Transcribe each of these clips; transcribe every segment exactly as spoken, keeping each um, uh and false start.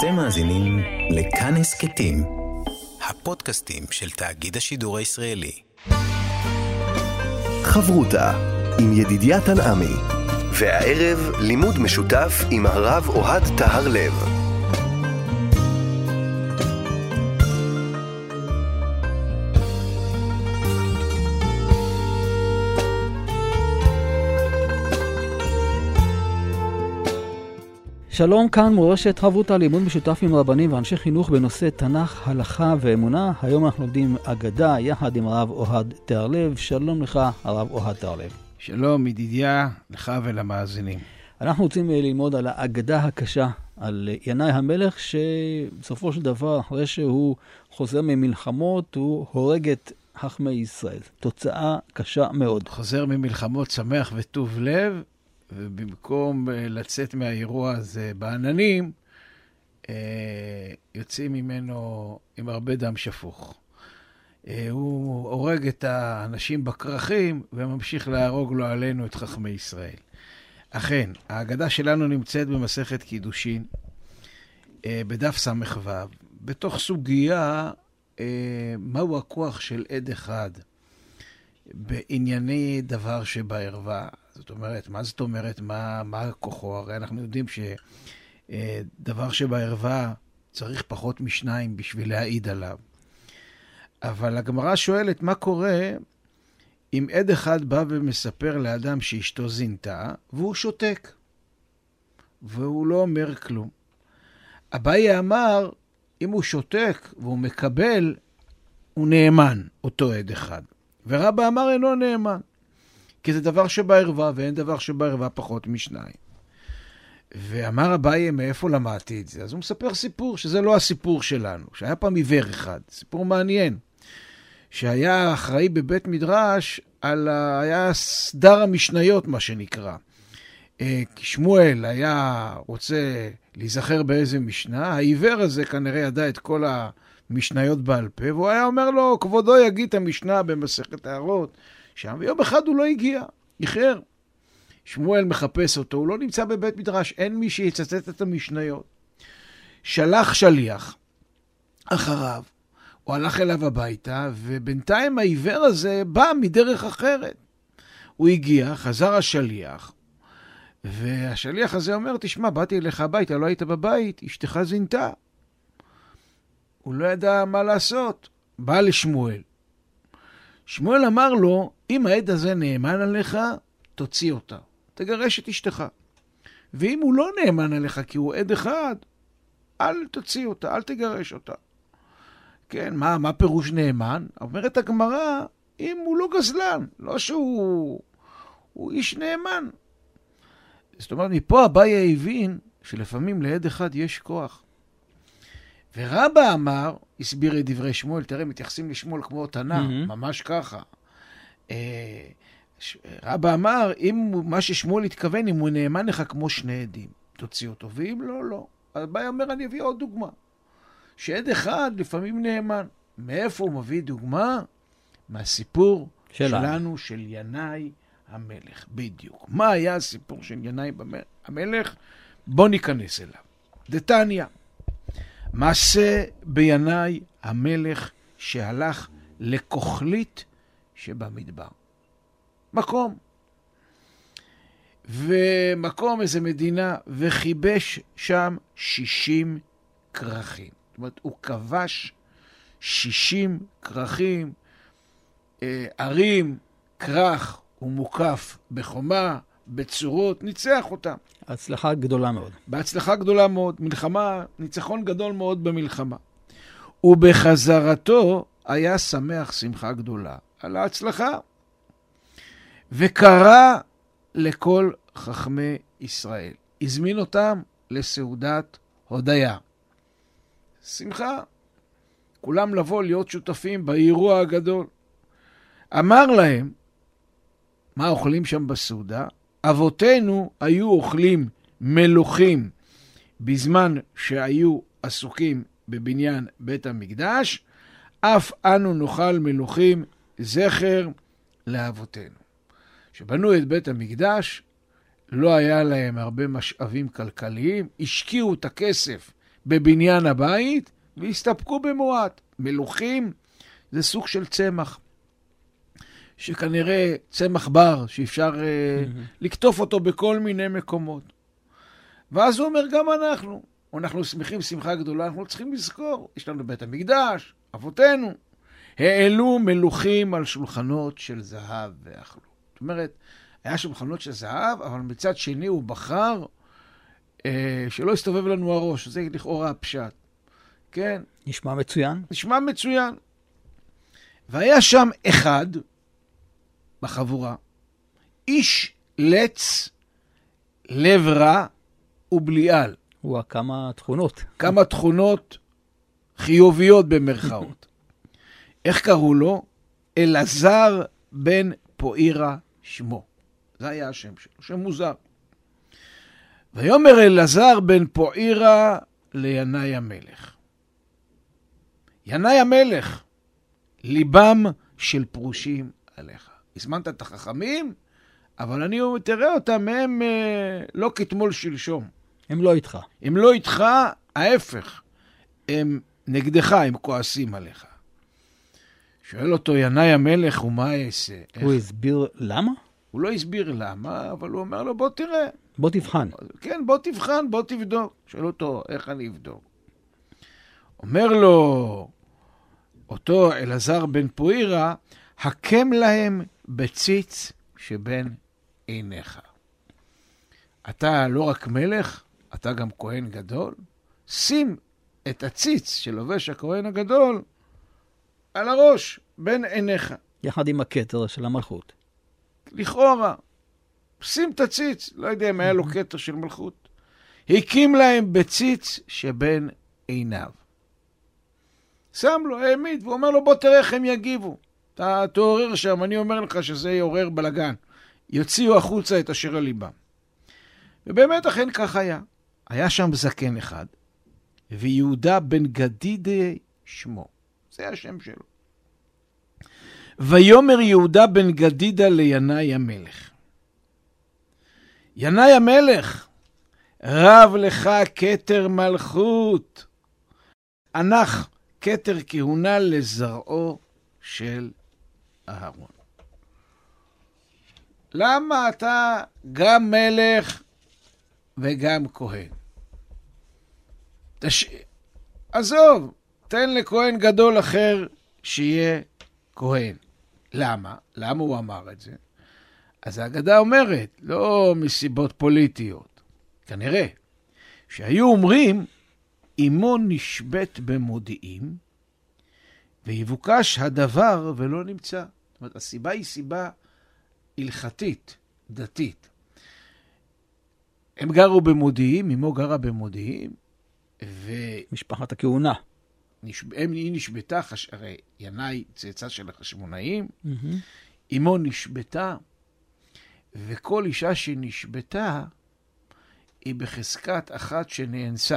אתם מאזינים לכאן הסכתים, הפודקאסטים של תאגיד השידור הישראלי. חברותה עם ידידיה תנעמי, והערב לימוד משותף עם הרב אוהד טהר לב. שלום, כאן מורשת חברותה, לימוד משותף עם רבנים ואנשי חינוך בנושא תנ"ך, הלכה ואמונה. היום אנחנו לומדים אגדה יחד עם הרב אוהד טהר לב. שלום לך, הרב אוהד טהר לב. שלום ידידיה, לך ולמאזינים. אנחנו רוצים ללמוד על האגדה הקשה, על ינאי המלך, שבסופו של דבר, אחרי שהוא חוזר ממלחמות, הוא הורג את חכמי ישראל. תוצאה קשה מאוד. חוזר ממלחמות שמח וטוב לב, ובמקום לצאת מהאירוע הזה בעננים, יוצאים ממנו עם הרבה דם שפוך. הוא הורג את האנשים בכרכים, וממשיך להרוג לו עלינו את חכמי ישראל. אכן, האגדה שלנו נמצאת במסכת קידושין, בדף סמך ו', בתוך סוגיה, מהו הכוח של עד אחד, בענייני דבר שבערווה. זאת אומרת, מה זאת אומרת, מה, מה כוחו? הרי אנחנו יודעים שדבר שבערווה צריך פחות משניים בשביל להעיד עליו. אבל הגמרא שואלת, מה קורה אם עד אחד בא ומספר לאדם שאשתו זינתה, והוא שותק, והוא לא אומר כלום. אביי אמר, אם הוא שותק והוא מקבל, הוא נאמן, אותו עד אחד. ורבא אמר, אינו נאמן. כי זה דבר שבערווה, ואין דבר שבערווה פחות משניים. ואמר אביי, מאיפה למדתי את זה? אז הוא מספר סיפור, שזה לא הסיפור שלנו, שהיה פעם עיוור אחד, סיפור מעניין, שהיה אחראי בבית מדרש, על ה... היה סדר המשניות, מה שנקרא. שמואל היה רוצה להיזכר באיזה משנה, העיוור הזה כנראה ידע את כל המשניות בעל פה, והוא היה אומר לו, כבודו יגיד את המשנה במסכת הערות, שם, ויום אחד הוא לא הגיע, איחר. שמואל מחפש אותו, הוא לא נמצא בבית מדרש, אין מי שיצטט את המשניות. שלח שליח אחריו, הוא הלך אליו הביתה, ובינתיים העיוור הזה בא מדרך אחרת. הוא הגיע, חזר השליח, והשליח הזה אומר, תשמע, באתי אליך הביתה, לא היית בבית, אשתך זינתה. הוא לא ידע מה לעשות, בא לשמואל. שמואל אמר לו, אם העד הזה נאמן עליך, תוציא אותה. תגרש את אשתך. ואם הוא לא נאמן עליך, כי הוא עד אחד, אל תוציא אותה, אל תגרש אותה. כן, מה, מה פירוש נאמן? אומרת הגמרא, אם הוא לא גזלן, לא שהוא הוא איש נאמן. זאת אומרת, מפה אביי הבין שלפעמים לעד אחד יש כוח. ורבא אמר, הסביר את דברי שמואל, תראה, מתייחסים לשמואל כמו תנא, mm-hmm. ממש ככה. אה, רבא אמר, אם מה ששמואל התכוון, אם הוא נאמן לך כמו שני עדים, תוציא אותו, ואם לא, לא. אביי אומר, אני אביא עוד דוגמה. שעד אחד לפעמים נאמן. מאיפה הוא מביא דוגמה? מהסיפור שלנו, שלנו של ינאי המלך. בדיוק. מה היה הסיפור של ינאי המלך? בוא ניכנס אליו. דתניא. מעשה בינאי המלך שהלך לכוחלית שבמדבר. מקום. ומקום איזה מדינה, וחיבש שם שישים כרכים. זאת אומרת, הוא כבש שישים כרכים, אה, ערים, כרך ומוקף בחומה, בצורות, ניצח אותם. הצלחה גדולה מאוד. בהצלחה גדולה מאוד. מלחמה, ניצחון גדול מאוד במלחמה. ובחזרתו היה שמח שמחה גדולה על ההצלחה. וקרא לכל חכמי ישראל. הזמין אותם לסעודת הודיה. שמחה. כולם לבוא להיות שותפים באירוע הגדול. אמר להם, מה אוכלים שם בסעודה? אבותינו היו אוכלים מלוכים בזמן שהיו עסוקים בבניין בית המקדש, אף אנו נאכל מלוכים זכר לאבותינו. שבנו את בית המקדש, לא היה להם הרבה משאבים כלכליים, השקיעו את הכסף בבניין הבית, והסתפקו במועט. מלוכים זה סוג של צמח, שכנראה צמח בר, שאפשר mm-hmm. לקטוף אותו בכל מיני מקומות. ואז הוא אומר, גם אנחנו, אנחנו שמחים שמחה גדולה, אנחנו צריכים לזכור, יש לנו בית המקדש, אבותינו, העלו מלוכים על שולחנות של זהב ואכלו. זאת אומרת, היה שולחנות של זהב, אבל מצד שני הוא בחר אה, שלא יסתובב לנו הראש, זה לכאורה הפשט. כן? נשמע מצוין. נשמע מצוין. והיה שם אחד בחבורה, איש לץ, לב רע ובליעל. וואו, כמה תכונות. כמה תכונות חיוביות במרכאות. איך קראו לו? אלעזר בן פואירה שמו. זה היה השם שלו, שם מוזר. ויאמר אלעזר בן פואירה לינאי המלך. ינאי המלך, ליבם של פרושים עליך. הזמנת את החכמים, אבל אני תראה אותם, הם אה, לא כתמול שלשום. הם לא איתך. הם לא איתך, ההפך. הם נגדך, הם כועסים עליך. שואל אותו ינאי המלך, ומה יעשה? הוא הסביר למה? הוא לא הסביר למה, אבל הוא אומר לו, בוא תראה. בוא תבחן. כן, בוא תבחן, בוא תבדוק. שואל אותו, איך אני אבדוק? אומר לו, אותו אלעזר בן פואירה, הקם להם בציץ שבין עיניך. אתה לא רק מלך, אתה גם כהן גדול. שים את הציץ שלובש הכהן הגדול על הראש, בין עיניך. יחד עם הכתר של המלכות. לכאורה. שים את הציץ, לא יודע אם היה לו כתר של מלכות. הקים להם בציץ שבין עיניו. שם לו, העמיד, והוא אומר לו, בוא תראה איך הם יגיבו. אתה תעורר שם, אני אומר לך שזה יעורר בלגן. יוציאו החוצה את אשר על ליבם. ובאמת אכן כך היה. היה שם זקן אחד, ויהודה בן גדידי שמו. זה השם שלו. ויאמר יהודה בן גדידה לינאי המלך. ינאי המלך, רב לך כתר מלכות. הנח כתר כהונה לזרעו של אהרון. למה אתה גם מלך וגם כהן? תש... עזוב, תן לכהן גדול אחר שיהיה כהן. למה? למה הוא אמר את זה? אז ההגדה אומרת, לא מסיבות פוליטיות. כנראה, שהיו אומרים, אמו נשבט במודיעים, ויבוקש הדבר ולא נמצא. זאת אומרת, הסיבה היא סיבה הלכתית, דתית. הם גרו במודיעים, אמו גרה במודיעים, ו... משפחת הכהונה. נשב... היא נשבטה, חש... הרי ינאי צאצא של החשמונאים, Mm-hmm. אמו נשבטה, וכל אישה שנשבטה, היא בחזקת אחת שנאנסה.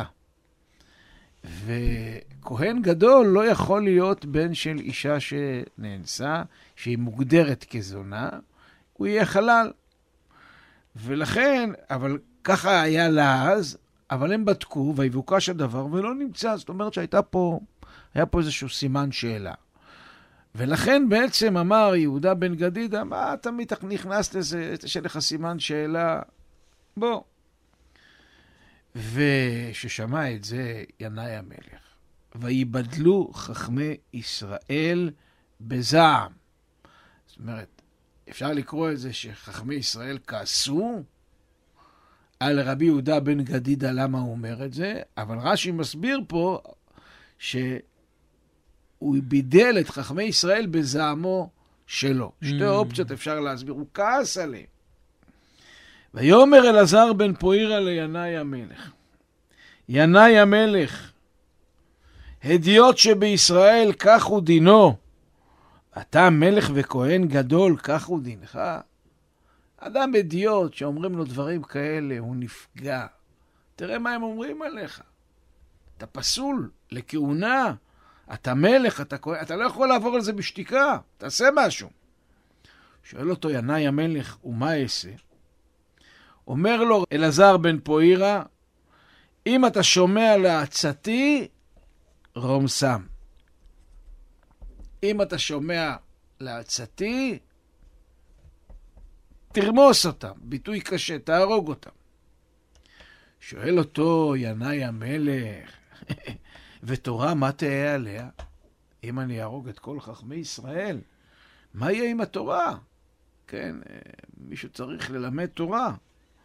וכהן גדול לא יכול להיות בן של אישה שנאנסה, שהיא מוגדרת כזונה, הוא יהיה חלל. ולכן, אבל ככה היה לאז, אבל הם בדקו, ויבוקש הדבר, ולא נמצא. זאת אומרת שהייתה פה, היה פה איזשהו סימן שאלה. ולכן בעצם אמר יהודה בן גדידה, מה אתה נכנס לזה, יש לך סימן שאלה? בוא. וששמע את זה ינאי המלך, ויבדלו חכמי ישראל בזעם. זאת אומרת, אפשר לקרוא את זה שחכמי ישראל כעסו על רבי יהודה בן גדידה למה הוא אומר את זה, אבל רש"י מסביר פה שהוא בידל את חכמי ישראל בזעמו שלו. שתי אופציות אפשר להסביר, הוא כעס עליהם. ויאמר אלעזר בן פואירה לינאי המלך, ינאי המלך, הדיוט שבישראל כך הוא דינו, אתה מלך וכהן גדול, כך הוא דינך. אדם הדיוט שאומרים לו דברים כאלה, הוא נפגע. תראה מה הם אומרים עליך. אתה פסול לכהונה, אתה מלך, אתה כהן, אתה לא יכול לעבור על זה בשתיקה, תעשה משהו. שואל אותו ינאי המלך, ומה יעשה? אומר לו אלעזר בן פואירה, אם אתה שומע לעצתי, רומסם. אם אתה שומע לעצתי, תרמוס אותם. ביטוי קשה, תהרוג אותם. שואל אותו ינאי המלך, ותורה מה תהיה עליה? אם אני אהרוג את כל חכמי ישראל, מה יהיה עם התורה? כן, מישהו צריך ללמד תורה.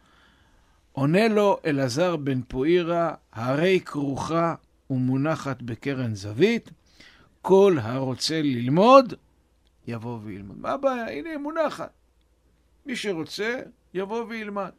עונה לו אלעזר בן פואירה, הרי כרוכה ומונחת בקרן זווית, כל הרוצה ללמוד, יבוא וילמוד. מה הבעיה? הנה מונחת. מי שרוצה, יבוא וילמד.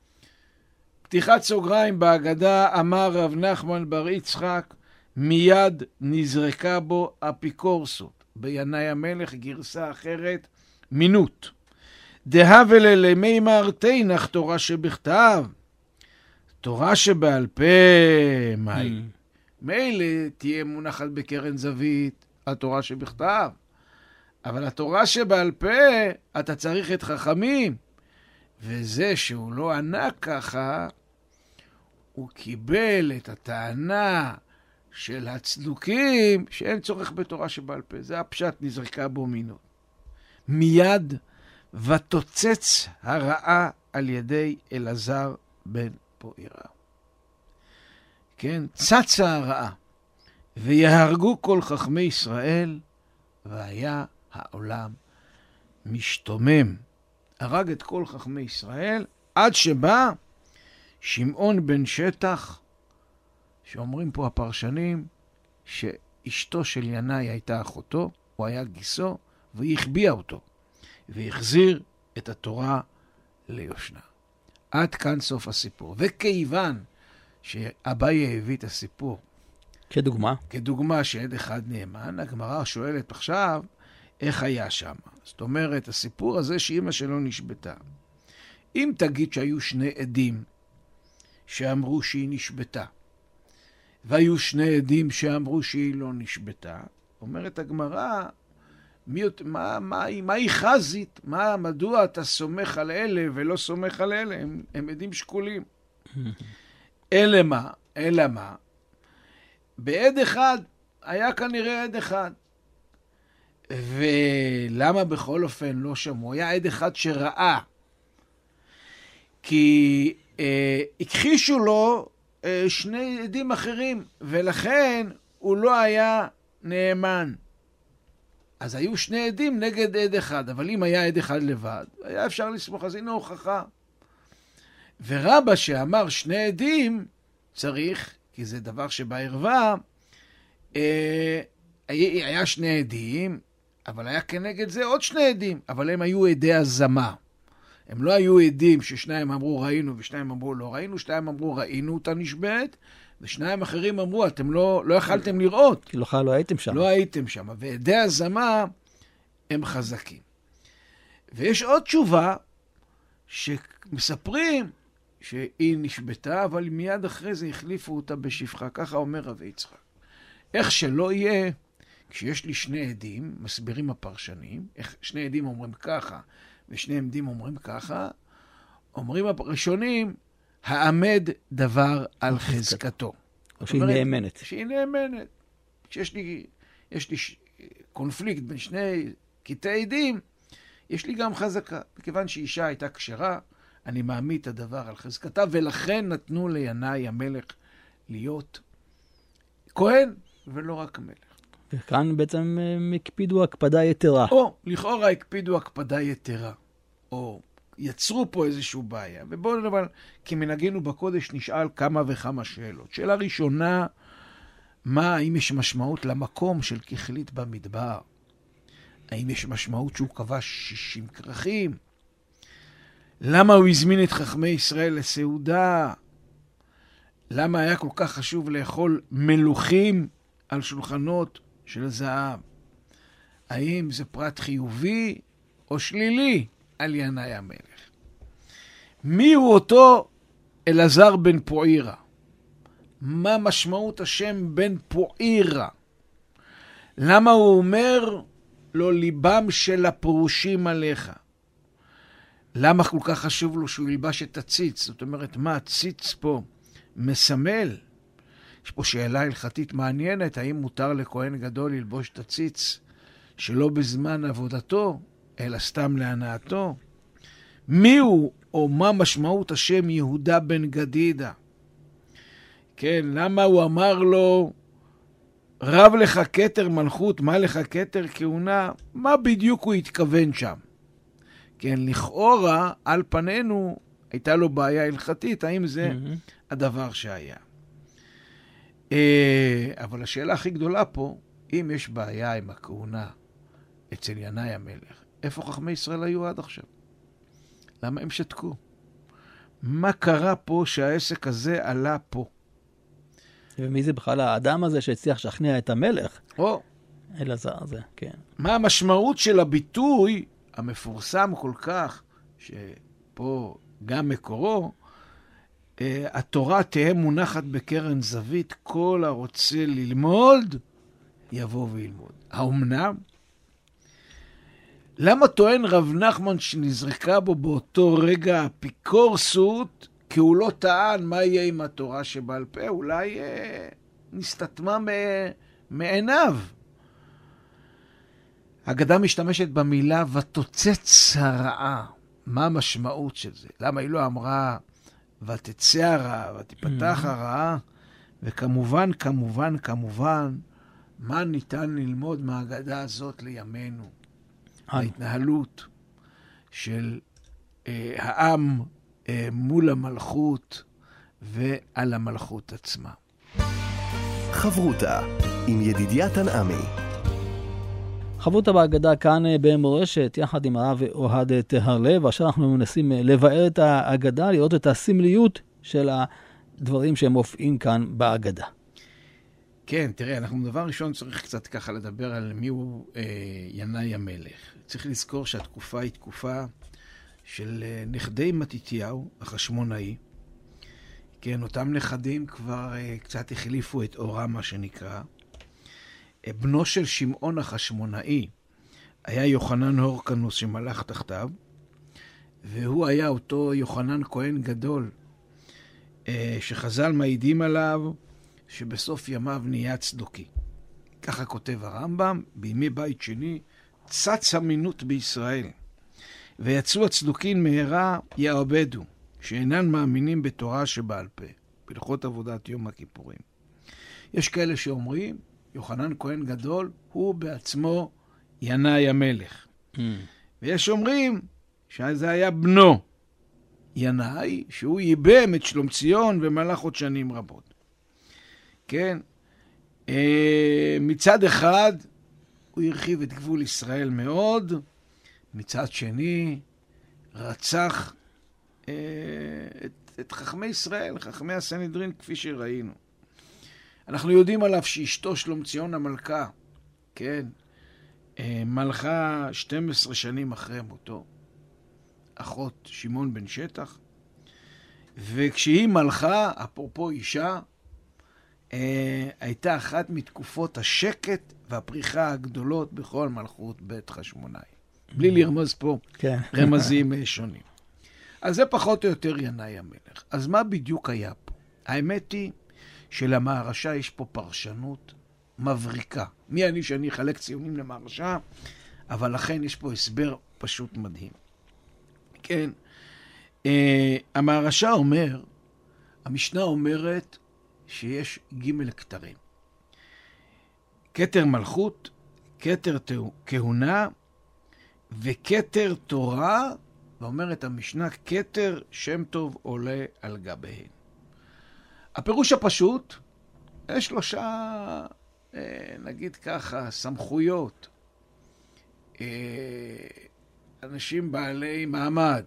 פתיחת סוגריים בהגדה, אמר רב נחמן בר יצחק, מיד נזרקה בו אפיקורסות. בינאי המלך גרסה אחרת, מינות. דהבלה למימר תנח תורה שבכתב. תורה שבעל פה, מהי? מילא תהיה מונחת בקרן זווית, התורה שבכתב. אבל התורה שבעל פה, אתה צריך את חכמים. וזה שהוא לא ענה ככה, הוא קיבל את הטענה של הצדוקים, שאין צורך בתורה שבעל פה. זה הפשט, נזרקה בו מינות. מיד ותוצץ הרעה על ידי אלעזר בן פואירה. כן, צצה הרעה, ויהרגו כל חכמי ישראל, והיה העולם משתומם. הרג את כל חכמי ישראל, עד שבא שמעון בן שטח, שאומרים פה הפרשנים, שאשתו של ינאי הייתה אחותו, הוא היה גיסו, והיא החביאה אותו, והחזיר את התורה ליושנה. עד כאן סוף הסיפור. וכיוון שאביי הביא את הסיפור, כדוגמה? כדוגמה שעד אחד נאמן, הגמרא שואלת עכשיו, איך היה שם? זאת אומרת, הסיפור הזה שאמא שלו נשבתה. אם תגיד שהיו שני עדים שאמרו שהיא נשבתה, והיו שני עדים שאמרו שהיא לא נשבתה, אומרת הגמרא, מי, מה, מה, מה היא חזית? מה, מדוע אתה סומך על אלה ולא סומך על אלה? הם, הם עדים שקולים. אלא מה? אלא מה? בעד אחד, היה כנראה עד אחד. ולמה בכל אופן לא שמעו? היה עד אחד שראה. כי אה, הכחישו לו אה, שני עדים אחרים, ולכן הוא לא היה נאמן. אז היו שני עדים נגד עד אחד, אבל אם היה עד אחד לבד, היה אפשר לסמוך, אז הנה הוכחה. ורבא שאמר שני עדים, צריך, כי זה דבר שבערווה, אה, היה שני עדים, אבל היה כנגד זה עוד שני עדים, אבל הם היו עדי הזמה. הם לא היו עדים ששניים אמרו ראינו ושניים אמרו לא ראינו, שניים אמרו ראינו אותה נשבעת, ושניים אחרים אמרו אתם לא, לא יכלתם לראות. כי לא, לא הייתם שם. לא הייתם שם, ועדי הזמה הם חזקים. ויש עוד תשובה שמספרים שהיא נשבתה, אבל מיד אחרי זה החליפו אותה בשפחה, ככה אומר רב יצחק. איך שלא יהיה, כשיש לי שני עדים, מסבירים הפרשנים, איך שני עדים אומרים ככה, ושני עדים אומרים ככה, אומרים הראשונים, העמד דבר על חזקתו. או שהיא נאמנת. שהיא נאמנת. כשיש לי, יש לי קונפליקט בין שני קטעי עדים, יש לי גם חזקה. מכיוון שאישה הייתה כשרה, אני מעמיד את הדבר על חזקתה, ולכן נתנו לינאי המלך להיות כהן, ולא רק המלך. וכאן בעצם הם הקפידו הקפדה יתרה. או, לכאורה הקפידו הקפדה יתרה. או, יצרו פה איזשהו בעיה. ובואו נדבר, כי מנהגנו בקודש נשאל כמה וכמה שאלות. שאלה ראשונה, מה, האם יש משמעות למקום של ככלית במדבר? האם יש משמעות שהוא כבש שישים כרכים? למה הוא הזמין את חכמי ישראל לסעודה? למה היה כל כך חשוב לאכול מלוכים על שולחנות של זהב? האם זה פרט חיובי או שלילי על ינאי המלך? מי הוא אותו אלעזר בן פואירה? מה משמעות השם בן פואירה? למה הוא אומר לו ליבם של הפרושים עליך? למה כל כך חשוב לו שהוא ילבש את הציץ? זאת אומרת, מה הציץ פה מסמל. יש פה שאלה הלכתית מעניינת, האם מותר לכהן גדול ללבוש את הציץ שלא בזמן עבודתו, אלא סתם להנאתו? מי הוא או מה משמעות השם יהודה בן גדידה? כן, למה הוא אמר לו, רב לך כתר מלכות, מה לך כתר כהונה? מה בדיוק הוא התכוון שם? כן, לכאורה, על פנינו, הייתה לו בעיה הלכתית, האם זה mm-hmm. הדבר שהיה. אבל השאלה הכי גדולה פה, אם יש בעיה עם הכהונה אצל ינאי המלך, איפה חכמי ישראל היו עד עכשיו? למה הם שתקו? מה קרה פה שהעסק הזה עלה פה? ומי זה בכלל האדם הזה שהצליח לשכנע את המלך? או. אלעזר הזה, כן. מה המשמעות של הביטוי המפורסם כל כך, שפה גם מקורו, התורה תהיה מונחת בקרן זווית, כל הרוצה ללמוד, יבוא וילמוד. האומנם? למה טוען רב נחמן שנזרקה בו באותו רגע אפיקורסות, כי הוא לא טען מה יהיה עם התורה שבעל פה, אולי אה, נסתתמה מעיניו. האגדה משתמשת במילה ותוצץ הרעה. מה המשמעות של זה? למה היא לא אמרה ותצא הרעה, ותפתח הרעה? וכמובן, כמובן, כמובן, מה ניתן ללמוד מהאגדה הזאת לימינו? ההתנהלות של אה, העם אה, מול המלכות ועל המלכות עצמה. חברותה עם ידידיה תנעמי. חברותה בהגדה כאן במורשת, יחד עם הרב אוהד טהרלב. עכשיו אנחנו מנסים לבאר את ההגדה, לראות את הסמליות של הדברים שהם מופיעים כאן בהגדה. כן, תראה, אנחנו דבר ראשון צריך קצת ככה לדבר על מי הוא אה, ינאי המלך. צריך לזכור שהתקופה היא תקופה של אה, נכדי מתתיהו, החשמונאי. כן, אותם נכדים כבר אה, קצת החליפו את אורם, מה שנקרא. אה, בנו של שמעון החשמונאי היה יוחנן הורקנוס שמלך תחתיו, והוא היה אותו יוחנן כהן גדול, אה, שחז"ל מעידים עליו, שבסוף ימיו נהיה צדוקי. ככה כותב הרמב"ם, בימי בית שני, צץ המינות בישראל. ויצאו הצדוקין מהרה יעבדו, שאינן מאמינים בתורה שבעל פה, בהלכות עבודת יום הכיפורים. יש כאלה שאומרים, יוחנן כהן גדול, הוא בעצמו ינאי המלך. Mm. ויש אומרים, שזה היה בנו, ינאי, שהוא ייבם את שלומציון ומלך עוד שנים רבות. כן, מצד אחד הוא הרחיב את גבול ישראל מאוד, מצד שני רצח את, את חכמי ישראל, חכמי הסנהדרין כפי שראינו. אנחנו יודעים עליו שאשתו שלומציון המלכה, כן, מלכה שתים עשרה שנים אחרי מותו, אחות שמעון בן שטח, וכשהיא מלכה, אפרופו אישה, הייתה אחת מתקופות השקט והפריחה הגדולות בכל מלכות בית חשמונאי. בלי לרמז פה רמזים שונים. אז זה פחות או יותר ינאי המלך. אז מה בדיוק היה פה? האמת היא שלמהרש"א יש פה פרשנות מבריקה. מי אני שאני אחלק ציונים למהרש"א? אבל לכן יש פה הסבר פשוט מדהים. כן, המהרש"א אומר, המשנה אומרת, שיש ג' כתרים. כתר מלכות, כתר כהונה וכתר תורה, ואומרת המשנה, כתר שם טוב עולה על גביהן. הפירוש הפשוט, יש שלושה, נגיד ככה, סמכויות. אנשים בעלי מעמד,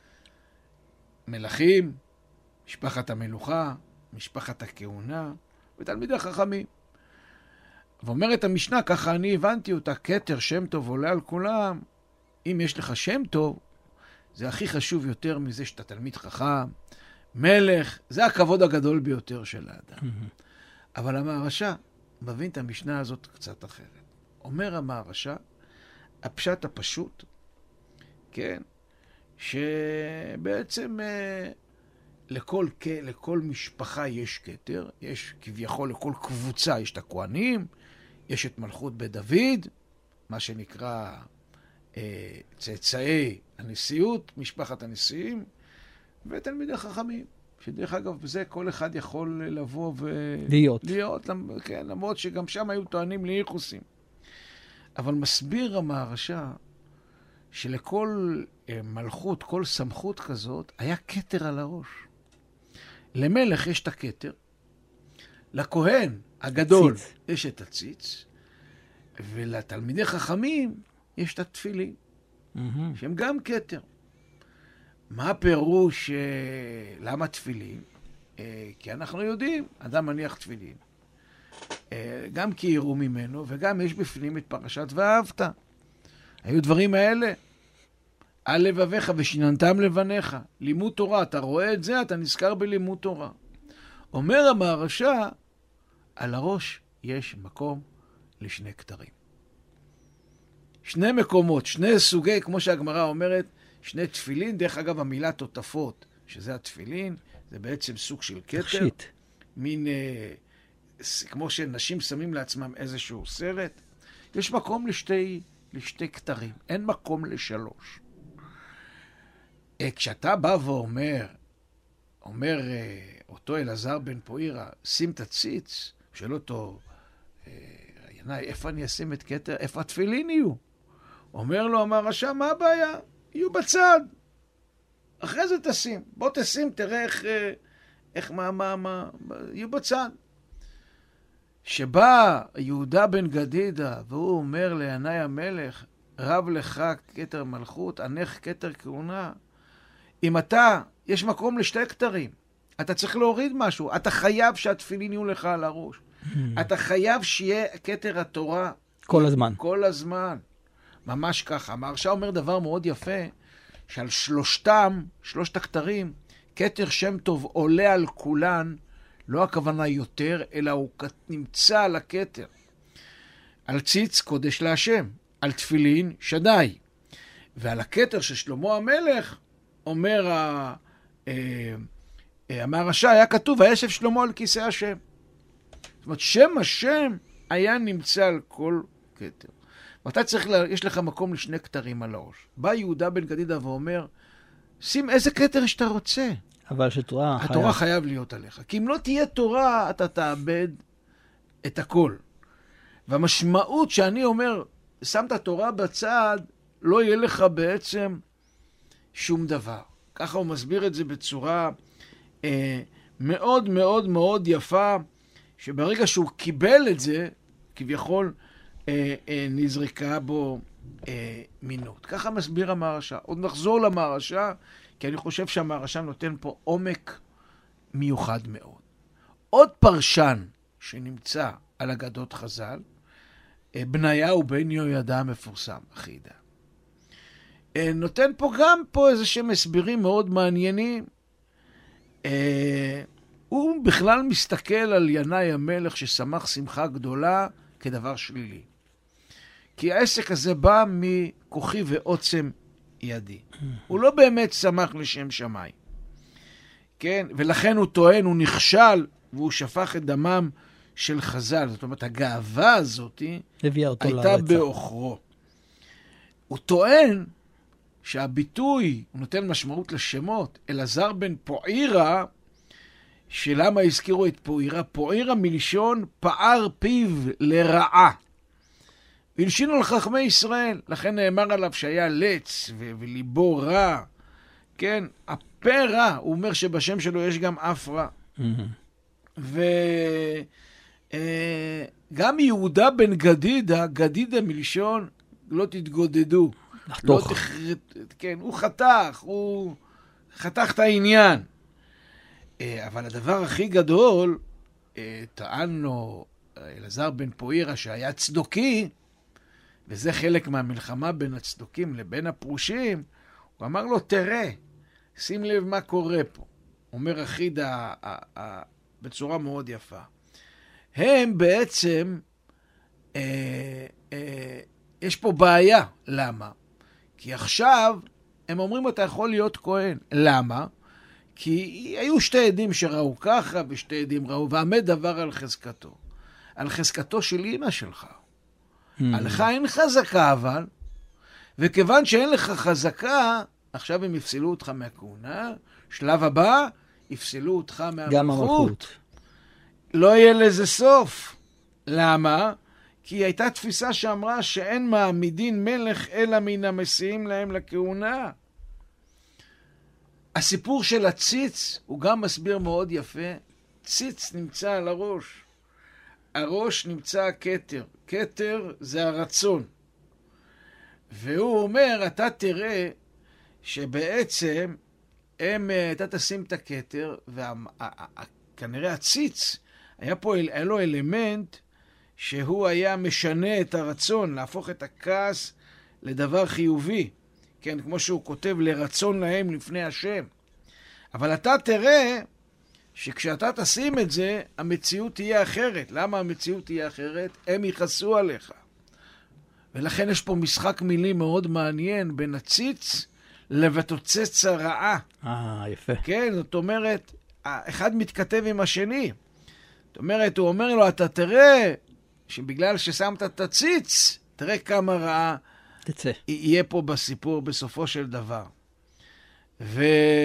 מלכים, משפחת המלוכה, משפחת הכהונה ותלמידי חכמים. ואומרת המשנה, ככה אני הבנתי אותה, כתר שם טוב עולה על כולם. אם יש לך שם טוב, זה הכי חשוב יותר מזה שאתה תלמיד חכם, מלך, זה הכבוד הגדול ביותר של האדם. אבל המהרש"א מבין את המשנה הזאת קצת אחרת. אומר המהרש"א, הפשט הפשוט, כן, שבעצם לכל, לכל משפחה יש כתר, יש כביכול לכל קבוצה, יש את הכהנים, יש את מלכות בית דוד, מה שנקרא אה, צאצאי הנשיאות, משפחת הנשיאים, ותלמידי חכמים, שדרך אגב בזה כל אחד יכול לבוא ו... להיות. להיות, כן, למרות שגם שם היו טוענים לייחוסים. אבל מסביר המהרש"א שלכל אה, מלכות, כל סמכות כזאת, היה כתר על הראש. למלך יש את הכתר, לכהן הגדול ציץ. יש את הציץ, ולתלמידי חכמים יש את התפילין, mm-hmm. שהם גם כתר. מה הפירוש, למה תפילין? כי אנחנו יודעים, אדם מניח תפילין, גם כי יראו ממנו, וגם יש בפנים את פרשת ואהבת. היו דברים האלה. על לבביך ושיננתם לבניך. לימוד תורה, אתה רואה את זה, אתה נזכר בלימוד תורה. אומר המהרש"א, על הראש יש מקום לשני כתרים. שני מקומות, שני סוגי, כמו שהגמרא אומרת, שני תפילין. דרך אגב, המילה תותפות, שזה התפילין, זה בעצם סוג של כתר. תכשיט. מין, אה, כמו שנשים שמים לעצמם איזשהו סרט. יש מקום לשתי, לשתי כתרים, אין מקום לשלוש. כשאתה בא ואומר, אומר אותו אלעזר בן פואירה, שים את הציץ, שואל אותו, ינאי, איפה אני אשים את כתר? איפה התפילין יהיו? אומר לו, אמר רשע, מה הבעיה? יהיו בצד. אחרי זה תשים. בוא תשים, תראה איך, איך מה, מה, מה, יהיו בצד. שבא יהודה בן גדידה, והוא אומר לינאי המלך, רב לך כתר מלכות, ענך כתר כהונה. אם אתה, יש מקום לשתי כתרים, אתה צריך להוריד משהו, אתה חייב שהתפילין יהיו לך על הראש. אתה חייב שיהיה כתר התורה. כל הזמן. כל הזמן. ממש ככה. המהרש"א אומר דבר מאוד יפה, שעל שלושתם, שלושת הכתרים, כתר שם טוב עולה על כולן, לא הכוונה יותר, אלא הוא נמצא על הכתר. על ציץ קודש להשם, על תפילין שדי. ועל הכתר של שלמה המלך, אומר המהרש"א, היה כתוב, הישב שלמה על כיסא השם. זאת אומרת, שם השם היה נמצא על כל כתר. ואתה צריך, לה, יש לך מקום לשני כתרים על הראש. בא יהודה בן גדידה ואומר, שים איזה כתר שאתה רוצה. אבל שתורה חייב. התורה חייב להיות עליך. כי אם לא תהיה תורה, אתה תאבד את הכל. והמשמעות שאני אומר, שמת תורה בצד, לא יהיה לך בעצם שום דבר. ככה הוא מסביר את זה בצורה אה, מאוד מאוד מאוד יפה, שברגע שהוא קיבל את זה, כביכול אה, אה, נזרקה בו אה, מינות. ככה מסביר המהרש"א. עוד נחזור למהרש"א, כי אני חושב שהמהרש"א נותן פה עומק מיוחד מאוד. עוד פרשן שנמצא על אגדות חז"ל, בניהו בן יהוידע המפורסם, אחידה. נותן פה גם פה איזה שהם הסברים מאוד מעניינים. הוא בכלל מסתכל על ינאי המלך ששמח שמחה גדולה כדבר שלילי. כי העסק הזה בא מכוחי ועוצם ידי. הוא לא באמת שמח לשם שמיים. כן? ולכן הוא טוען, הוא נכשל, והוא שפך את דמם של חז"ל. זאת אומרת, הגאווה הזאת הייתה באוכרו. הוא טוען שהביטוי, הוא נותן משמעות לשמות, אלעזר בן פואירה, שלמה הזכירו את פואירה? פואירה מלשון פער פיו לרעה. הלשינו על חכמי ישראל, לכן נאמר עליו שהיה לץ ו- וליבו רע. כן, הפה רע, הוא אומר שבשם שלו יש גם אף רע. וגם יהודה בן גדידה, גדידה מלשון לא תתגודדו. לחתוך. לא תח... כן, הוא חתך, הוא חתך את העניין. אבל הדבר הכי גדול, טען לו אלעזר בן פואירה שהיה צדוקי, וזה חלק מהמלחמה בין הצדוקים לבין הפרושים, הוא אמר לו, תראה, שים לב מה קורה פה. אומר אחידה בצורה מאוד יפה. הם בעצם, אה, אה, יש פה בעיה. למה? כי עכשיו הם אומרים, אתה יכול להיות כהן. למה? כי היו שתי עדים שראו ככה, ושתי עדים ראו, ועמד דבר על חזקתו. על חזקתו של אמא שלך. Mm. עליך אין חזקה אבל, וכיוון שאין לך חזקה, עכשיו הם יפסלו אותך מהכהונה, שלב הבא, יפסלו אותך מהמלכות. גם המלכות. לא יהיה לזה סוף. למה? כי הייתה תפיסה שאמרה שאין מעמידין מלך אלא מן המסיעים להם לכהונה. הסיפור של הציץ הוא גם מסביר מאוד יפה. ציץ נמצא על הראש. הראש נמצא הכתר. כתר זה הרצון. והוא אומר, אתה תראה שבעצם הם, אתה תשים את הכתר, וכנראה הציץ, היה פה, היה לו אלמנט שהוא היה משנה את הרצון, להפוך את הכעס לדבר חיובי. כן, כמו שהוא כותב, לרצון להם לפני השם. אבל אתה תראה שכשאתה תשים את זה, המציאות תהיה אחרת. למה המציאות תהיה אחרת? הם יכעסו עליך. ולכן יש פה משחק מילים מאוד מעניין בין הציץ לבתוצץ הרעה. אה, יפה. כן, זאת אומרת, אחד מתכתב עם השני. זאת אומרת, הוא אומר לו, אתה תראה שבגלל ששמת את הציץ, תראה כמה רעה תצא. יהיה פה בסיפור בסופו של דבר. וזה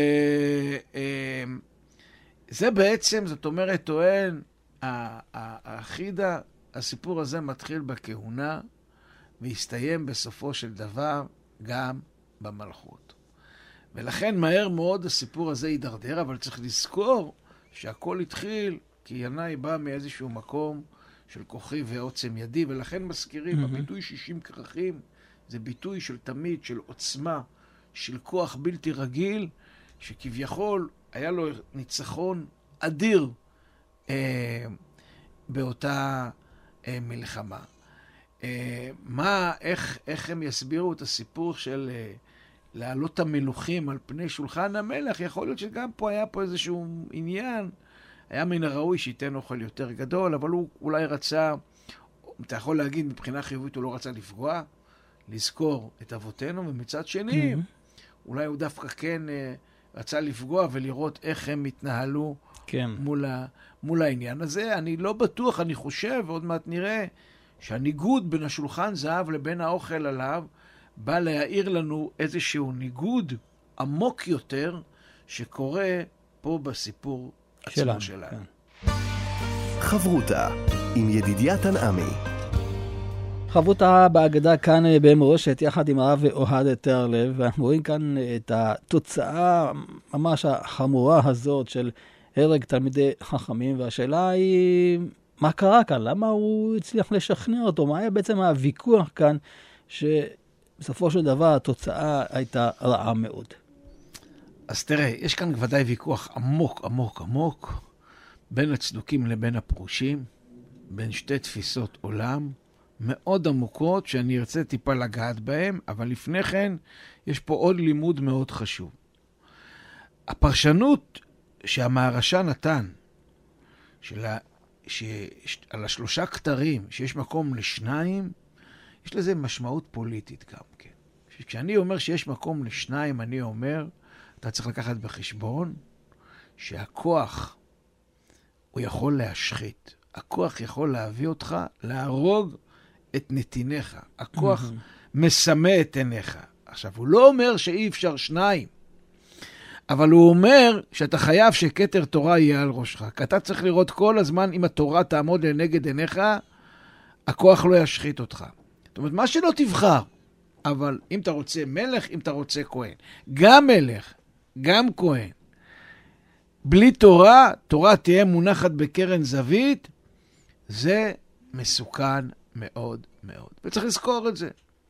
בעצם, זאת אומרת, טוען, האחידה, הסיפור הזה מתחיל בכהונה, והסתיים בסופו של דבר גם במלכות. ולכן מהר מאוד הסיפור הזה יידרדר, אבל צריך לזכור שהכל התחיל, כי ינאי בא מאיזשהו מקום של כוחי ועוצם ידי, ולכן מזכירים, mm-hmm. הביטוי שישים כרכים, זה ביטוי של תמיד, של עוצמה, של כוח בלתי רגיל, שכביכול היה לו ניצחון אדיר אה, באותה אה, מלחמה. אה, מה, איך, איך הם יסבירו את הסיפור של אה, להעלות המלוכים על פני שולחן המלך? יכול להיות שגם פה היה פה איזשהו עניין, היה מן הראוי שייתן אוכל יותר גדול, אבל הוא אולי רצה, אתה יכול להגיד מבחינה חיובית, הוא לא רצה לפגוע, לזכור את אבותינו, ומצד שני, mm-hmm. אולי הוא דווקא כן רצה לפגוע ולראות איך הם התנהלו כן. מול, ה, מול העניין הזה. אני לא בטוח, אני חושב, ועוד מעט נראה, שהניגוד בין השולחן זהב לבין האוכל עליו, בא להעיר לנו איזשהו ניגוד עמוק יותר, שקורה פה בסיפור עצמו שלנו. כן. חברותה עם ידידיה תנעמי. חברותה בהגדה כאן במורשת, יחד עם הרב אוהד תרלב, ואנחנו רואים כאן את התוצאה ממש החמורה הזאת של הרג תלמידי חכמים, והשאלה היא, מה קרה כאן? למה הוא הצליח לשכנע אותו? מה היה בעצם הוויכוח כאן, שבסופו של דבר התוצאה הייתה רעה מאוד? אז תראה, יש כאן ודאי ויכוח עמוק, עמוק, עמוק, בין הצדוקים לבין הפרושים, בין שתי תפיסות עולם, מאוד עמוקות, שאני ארצה טיפה לגעת בהן, אבל לפני כן, יש פה עוד לימוד מאוד חשוב. הפרשנות שהמהרש"א נתן, של ה... ש... על השלושה כתרים, שיש מקום לשניים, יש לזה משמעות פוליטית גם כן. כשאני אומר שיש מקום לשניים, אני אומר, אתה צריך לקחת בחשבון, שהכוח, הוא יכול להשחית. הכוח יכול להביא אותך, להרוג את נתיניך. הכוח mm-hmm. מסמא את עיניך. עכשיו, הוא לא אומר שאי אפשר שניים, אבל הוא אומר שאתה חייב שכתר תורה יהיה על ראשך. כי אתה צריך לראות כל הזמן, אם התורה תעמוד לנגד עיניך, הכוח לא ישחית אותך. זאת אומרת, מה שלא תבחר, אבל אם אתה רוצה מלך, אם אתה רוצה כהן. גם מלך, גם כהן. בלי תורה, תורה תהיה מונחת בקרן זווית, זה מסוכן מאוד מאוד. וצריך לזכור את זה.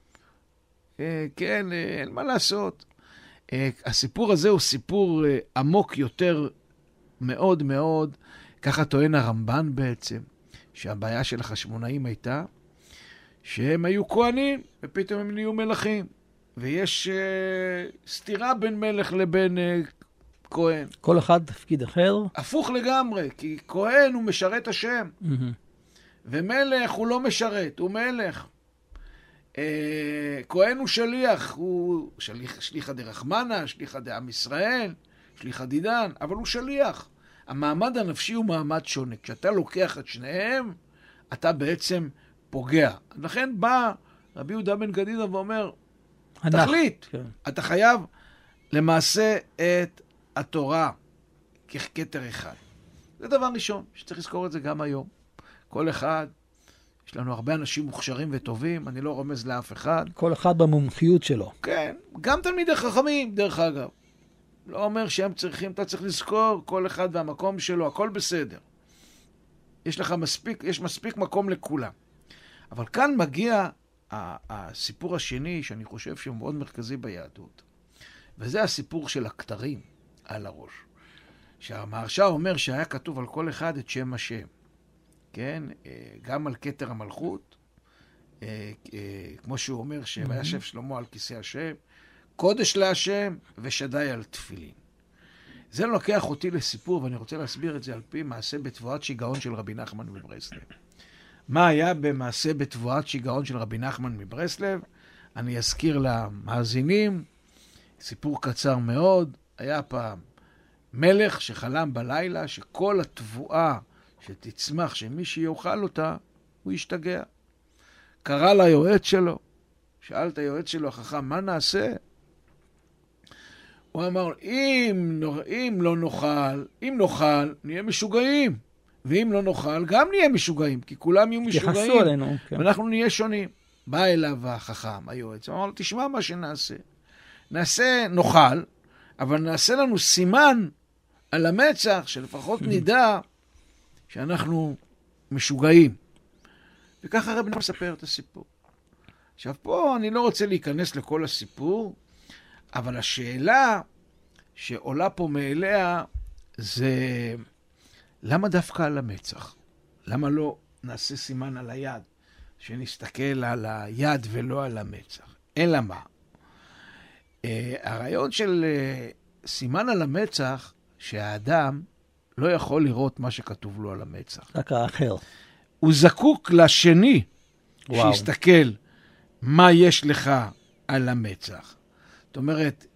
אה, כן, אה, אין מה לעשות. אה, הסיפור הזה הוא סיפור אה, עמוק יותר מאוד מאוד, ככה טוען הרמב"ן בעצם, שהבעיה של החשמונאים הייתה, שהם היו כהנים, ופתאום הם נהיו מלכים. ויש אה, סתירה בין מלך לבין אה, כהן. כל אחד תפקיד אחר? הפוך לגמרי, כי כהן הוא משרת השם. Mm-hmm. ומלך הוא לא משרת, הוא מלך. אה, כהן הוא שליח, הוא שליח, שליחא דרחמנא, שליחא דעם ישראל, שליח עדידן, אבל הוא שליח. המעמד הנפשי הוא מעמד שונה. כשאתה לוקח את שניהם, אתה בעצם פוגע. לכן בא רבי יהודה בן גדידא ואומר, תחליט, כן. אתה חייב למעשה את התורה ככתר אחד. זה דבר ראשון, שצריך לזכור את זה גם היום. כל אחד, יש לנו הרבה אנשים מוכשרים וטובים, אני לא רומז לאף אחד. כל אחד במומחיות שלו. כן, גם תלמידי חכמים, דרך אגב. לא אומר שהם צריכים, אתה צריך לזכור, כל אחד והמקום שלו, הכל בסדר. יש לך מספיק, יש מספיק מקום לכולם. אבל כאן מגיע הסיפור השני, שאני חושב שהוא מאוד מרכזי ביהדות. וזה הסיפור של הכתרים על הראש. שהמהרש"א אומר שהיה כתוב על כל אחד את שם השם. כן? גם על כתר המלכות, כמו שהוא אומר שישב שלמה על כיסא השם, קודש להשם ושדי על תפילין. זה לוקח אותי לסיפור, ואני רוצה להסביר את זה על פי מעשה בתבואת שיגעון של רבי נחמן מברסלב. מה היה במעשה בתבואת שיגעון של רבי נחמן מברסלב? אני אזכיר למאזינים, סיפור קצר מאוד. היה פעם מלך שחלם בלילה שכל התבואה שתצמח, שמי שיוכל אותה, הוא ישתגע. קרא ליועץ שלו, שאל את היועץ שלו החכם, מה נעשה? הוא אמר, אם, אם לא נאכל, אם נאכל, נהיה משוגעים. ואם לא נאכל, גם נהיה משוגעים, כי כולם יהיו משוגעים. עלינו, כן. ואנחנו נהיה שונים. בא אליו החכם, היועץ, הוא אמר לו, תשמע מה שנעשה. נעשה, נאכל, אבל נעשה לנו סימן על המצח, שלפחות נדע שאנחנו משוגעים. וככה הרב נחמן מספר את הסיפור. עכשיו פה אני לא רוצה להיכנס לכל הסיפור, אבל השאלה שעולה פה מאליה זה למה דווקא על המצח? למה לא נעשה סימן על היד? שנסתכל על היד ולא על המצח. אלא מה? Uh, הרעיון של uh, סימן על המצח, שהאדם לא יכול לראות מה שכתוב לו על המצח. רק האחר. הוא זקוק לשני, וואו. שיסתכל מה יש לך על המצח. זאת אומרת,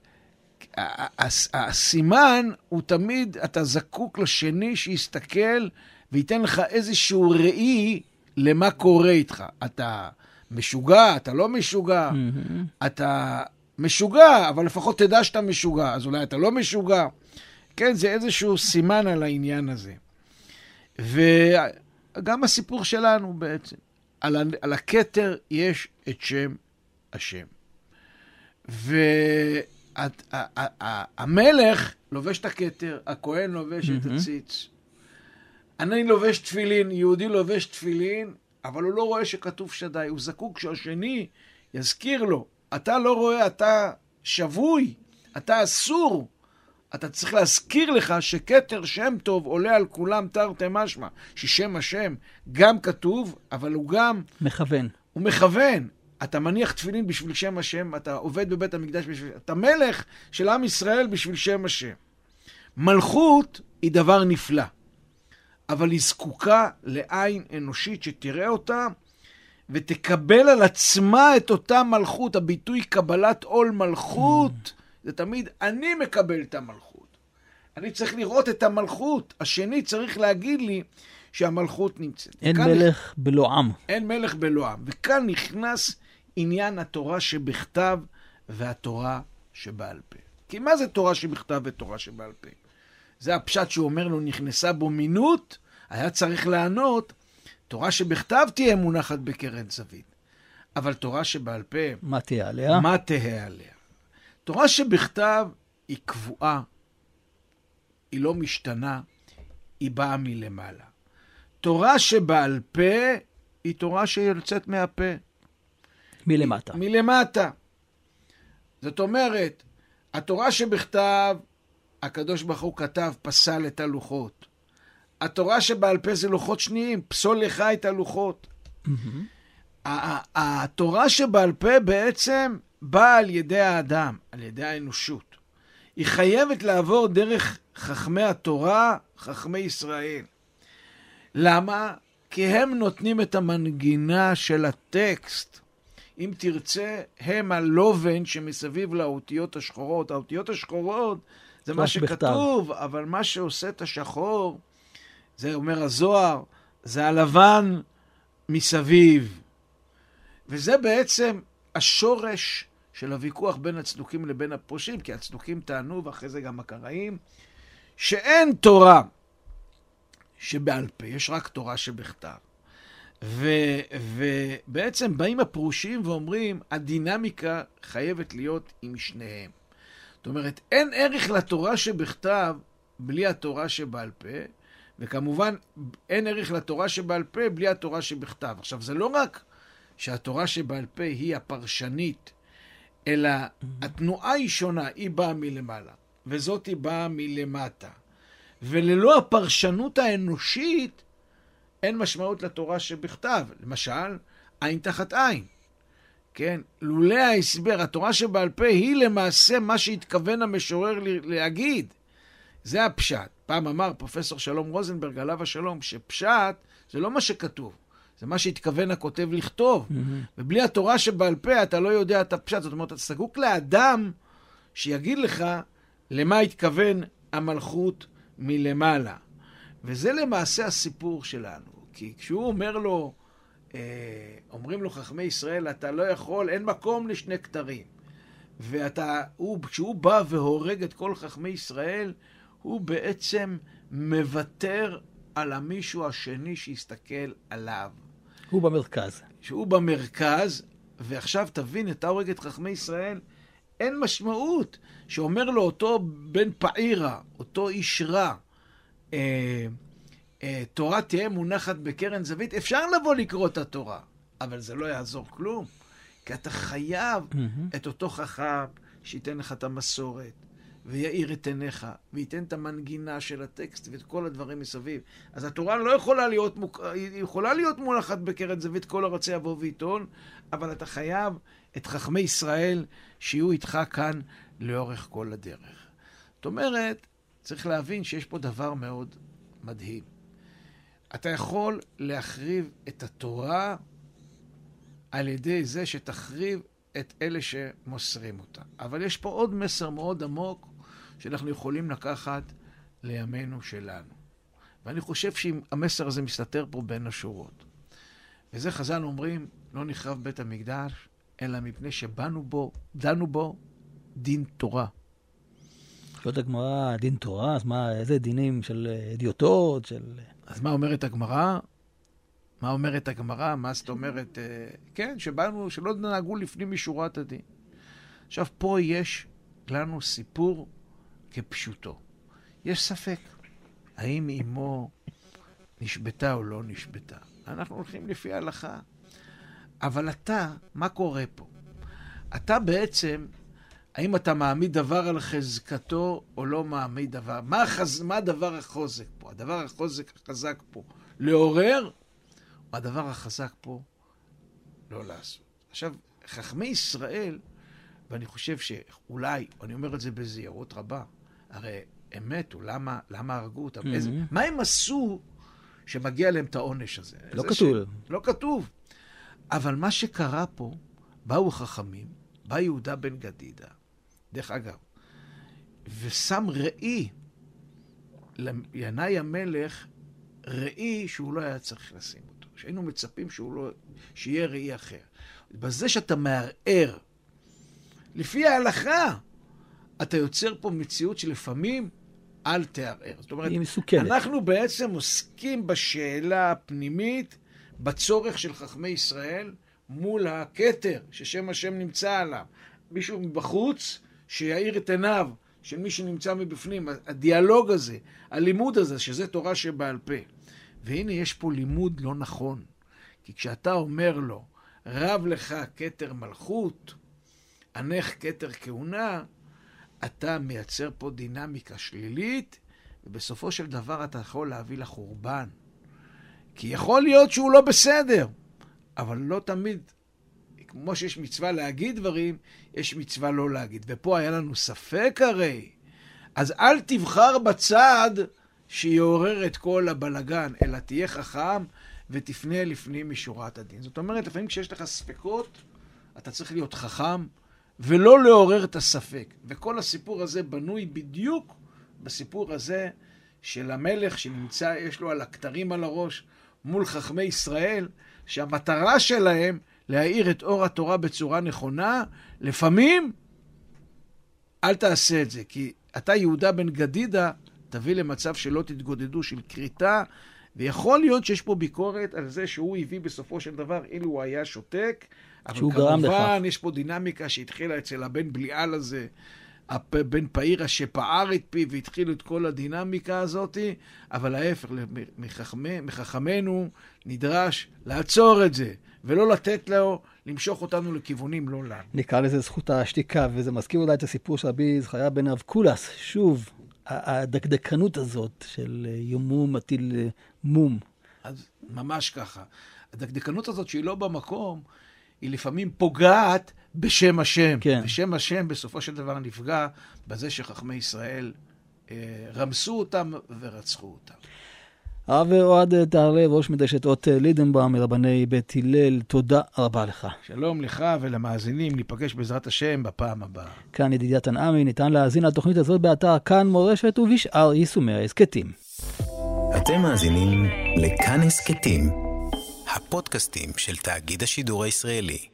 הסימן הוא תמיד, אתה זקוק לשני שיסתכל וייתן לך איזשהו ראי למה קורה איתך. אתה משוגע, אתה לא משוגע, mm-hmm. אתה משוגע, אבל לפחות תדע שאתה משוגע, אז אולי אתה לא משוגע. כן, זה איזשהו סימן על העניין הזה. וגם הסיפור שלנו בעצם, על, על הכתר יש את שם השם. והמלך לובש את הכתר, הכהן לובש את הציץ. אני לובש תפילין, יהודי לובש תפילין, אבל הוא לא רואה שכתוב שדי. הוא זקוק שהשני יזכיר לו. אתה לא רואה, אתה שבוי, אתה אסור. אתה צריך להזכיר לך שכתר שם טוב עולה על כולם תרתי משמע, ששם השם גם כתוב, אבל הוא גם מכוון. הוא מכוון. אתה מניח תפילין בשביל שם השם, אתה עובד בבית המקדש בשביל... אתה מלך של עם ישראל בשביל שם השם. מלכות היא דבר נפלא, אבל היא זקוקה לעין אנושית שתראה אותה, ותקבל על עצמה את אותה מלכות. הביטוי קבלת עול מלכות, mm. זה תמיד אני מקבל את המלכות. אני צריך לראות את המלכות. השני צריך להגיד לי שהמלכות נמצאת. אין מלך נכ... בלא עם. אין מלך בלא עם. וכאן נכנס עניין התורה שבכתב והתורה שבעל פה. כי מה זה תורה שבכתב ותורה שבעל פה? זה הפשט שהוא אומר לו, נכנסה בו מינות, היה צריך לענות, תורה שבכתב תהיה מונחת בקרן זווית. אבל תורה שבעל פה, מה תהיה עליה? מה תהיה עליה? תורה שבכתב היא קבועה, היא לא משתנה, היא באה מלמעלה. תורה שבעל פה היא תורה שיוצאת מהפה. מלמטה. מלמטה. זאת אומרת, התורה שבכתב, הקדוש ברוך הוא כתב, פסל את הלוחות. התורה שבעל פה זה לוחות שניים, פסול לך את הלוחות. התורה שבעל פה בעצם באה על ידי האדם, על ידי האנושות. היא חייבת לעבור דרך חכמי התורה, חכמי ישראל. למה? כי הם נותנים את המנגינה של הטקסט. אם תרצה, הם הלובן שמסביב לאותיות השחורות. האותיות השחורות זה זה מה שכתוב, אבל מה שעושה את השחור, זה אומר הזוהר, זה הלבן מסביב. וזה בעצם השורש של הוויכוח בין הצדוקים לבין הפרושים, כי הצדוקים טענו, ואחרי זה גם הקראים, שאין תורה שבעל פה, יש רק תורה שבכתב. ו- ובעצם באים הפרושים ואומרים, הדינמיקה חייבת להיות עם שניהם. זאת אומרת, אין ערך לתורה שבכתב בלי התורה שבעל פה, וכמובן אין ערך לתורה שבעל פה בלי התורה שבכתב. עכשיו, זה לא רק שהתורה שבעל פה היא הפרשנית, אלא התנועה היא שונה, היא באה מלמעלה, וזאת היא באה מלמטה. וללא הפרשנות האנושית, אין משמעות לתורה שבכתב. למשל, עין תחת עין. כן? לולא ההסבר, התורה שבעל פה היא למעשה מה שהתכוון המשורר להגיד. זה הפשט. פעם אמר פרופסור שלום רוזנברג, עליו השלום, שפשט זה לא מה שכתוב. זה מה שהתכוון הכותב לכתוב. Mm-hmm. ובלי התורה שבעל פה אתה לא יודע את הפשט. זאת אומרת, אתה סגוק לאדם שיגיד לך למה התכוון המלכות מלמעלה. וזה למעשה הסיפור שלנו. כי כשהוא אומר לו, אה, אומרים לו חכמי ישראל, אתה לא יכול, אין מקום לשני כתרים. ואתה, הוא, כשהוא בא והורג את כל חכמי ישראל, הוא בעצם מוותר על המישהו השני שיסתכל עליו. הוא במרכז. שהוא במרכז, ועכשיו תבין, אתה הורג את חכמי ישראל, אין משמעות שאומר לו אותו בן פעירה, אותו איש רע, אה, אה, תורה תהיה מונחת בקרן זווית, אפשר לבוא לקרוא את התורה, אבל זה לא יעזור כלום, כי אתה חייב mm-hmm. את אותו חכם שייתן לך את המסורת, ויעיר את עיניך, וייתן את המנגינה של הטקסט, ואת כל הדברים מסביב. אז התורה לא יכולה להיות, מוק... היא יכולה להיות מונחת בקרן זווית, כל הרצה יבוא ועיתון, אבל אתה חייב את חכמי ישראל שיהיו איתך כאן לאורך כל הדרך. זאת אומרת, צריך להבין שיש פה דבר מאוד מדהים. אתה יכול להחריב את התורה על ידי זה שתחריב את אלה שמוסרים אותה. אבל יש פה עוד מסר מאוד עמוק שאנחנו יכולים לקחת לימינו שלנו. ואני חושב שהמסר הזה מסתתר פה בין השורות. וזה חז"ל אומרים, לא נחרב בית המקדש, אלא מפני שבאנו בו, דנו בו דין תורה. שואלת הגמרא, דין תורה? אז מה, איזה דינים של אדיוטות? של... אז מה אומרת הגמרא? מה אומרת הגמרא? מה זאת אומרת? כן, שבאנו, שלא נהגו לפנים משורת הדין. עכשיו, פה יש לנו סיפור כפשוטו. יש ספק, האם אמו נשבתה או לא נשבתה. אנחנו הולכים לפי ההלכה. אבל אתה, מה קורה פה? אתה בעצם, האם אתה מעמיד דבר על חזקתו או לא מעמיד דבר? מה, החז... מה הדבר החוזק פה? הדבר החוזק החזק פה, לעורר, או הדבר החזק פה, לא לעשות. עכשיו, חכמי ישראל, ואני חושב שאולי, אני אומר את זה בזהירות רבה, הרי הם מתו, למה, למה הרגו אותם? Mm-hmm. איזה, מה הם עשו שמגיע להם את העונש הזה? לא כתוב. ש... לא כתוב. אבל מה שקרה פה, באו חכמים, בא יהודה בן גדידה, דרך אגב, ושם ראי, לינאי המלך, ראי שהוא לא היה צריך לשים אותו. שהיינו מצפים שהוא לא, שיהיה ראי אחר. בזה שאתה מערער, לפי ההלכה, אתה יוצר פה מציאות שלפעמים אל תערער. זאת אומרת, אנחנו בעצם עוסקים בשאלה הפנימית, בצורך של חכמי ישראל, מול הכתר, ששם השם נמצא עליו. מישהו מבחוץ, שיעיר את עיניו, של מי שנמצא מבפנים. הדיאלוג הזה, הלימוד הזה, שזה תורה שבעל פה. והנה יש פה לימוד לא נכון. כי כשאתה אומר לו, רב לך כתר מלכות, ענך כתר כהונה, אתה מייצר פה דינמיקה שלילית, ובסופו של דבר אתה יכול להביא לחורבן. כי יכול להיות שהוא לא בסדר, אבל לא תמיד, כמו שיש מצווה להגיד דברים, יש מצווה לא להגיד. ופה היה לנו ספק הרי. אז אל תבחר בצד שיעורר את כל הבלגן, אלא תהיה חכם ותפנה לפנים משורת הדין. זאת אומרת, לפעמים כשיש לך ספקות, אתה צריך להיות חכם ולא לעורר את הספק. וכל הסיפור הזה בנוי בדיוק בסיפור הזה של המלך שנמצא, יש לו על הכתרים על הראש, מול חכמי ישראל, שהמטרה שלהם להאיר את אור התורה בצורה נכונה, לפעמים אל תעשה את זה, כי אתה יהודה בן גדידה, תביא למצב שלא תתגודדו, של קריטה, ויכול להיות שיש פה ביקורת על זה שהוא הביא בסופו של דבר, אילו הוא היה שותק, אבל כמובן יש פה דינמיקה שהתחילה אצל הבן בליעל הזה, בן פעירה שפער את פי והתחיל את כל הדינמיקה הזאת, אבל ההפך, מחכמי, מחכמנו נדרש לעצור את זה, ולא לתת לו למשוך אותנו לכיוונים לא לנו. נקרא לזה זכות השתיקה, וזה מזכיר אולי את הסיפור של רבי זכריה בן אבקולס, שוב, הדקדקנות הזאת של יומום מטיל מום. אז ממש ככה. הדקדקנות הזאת שהיא לא במקום, היא לפעמים פוגעת בשם השם. כן. בשם השם בסופו של דבר נפגע בזה שחכמי ישראל אה, רמסו אותם ורצחו אותם. הרב אוהד תהרלב, ראש מדרשת אות לידנבאום מרבני בית הלל, תודה רבה לך. שלום לך ולמאזינים, ניפגש בעזרת השם בפעם הבאה. כאן ידידיה תנעמי, ניתן להאזין לתוכנית הזאת באתר כאן מורשת ובשאר יישומי ההסכתים. אתם מאזינים לכאן הסכתים, הפודקאסטים של תאגיד השידור הישראלי.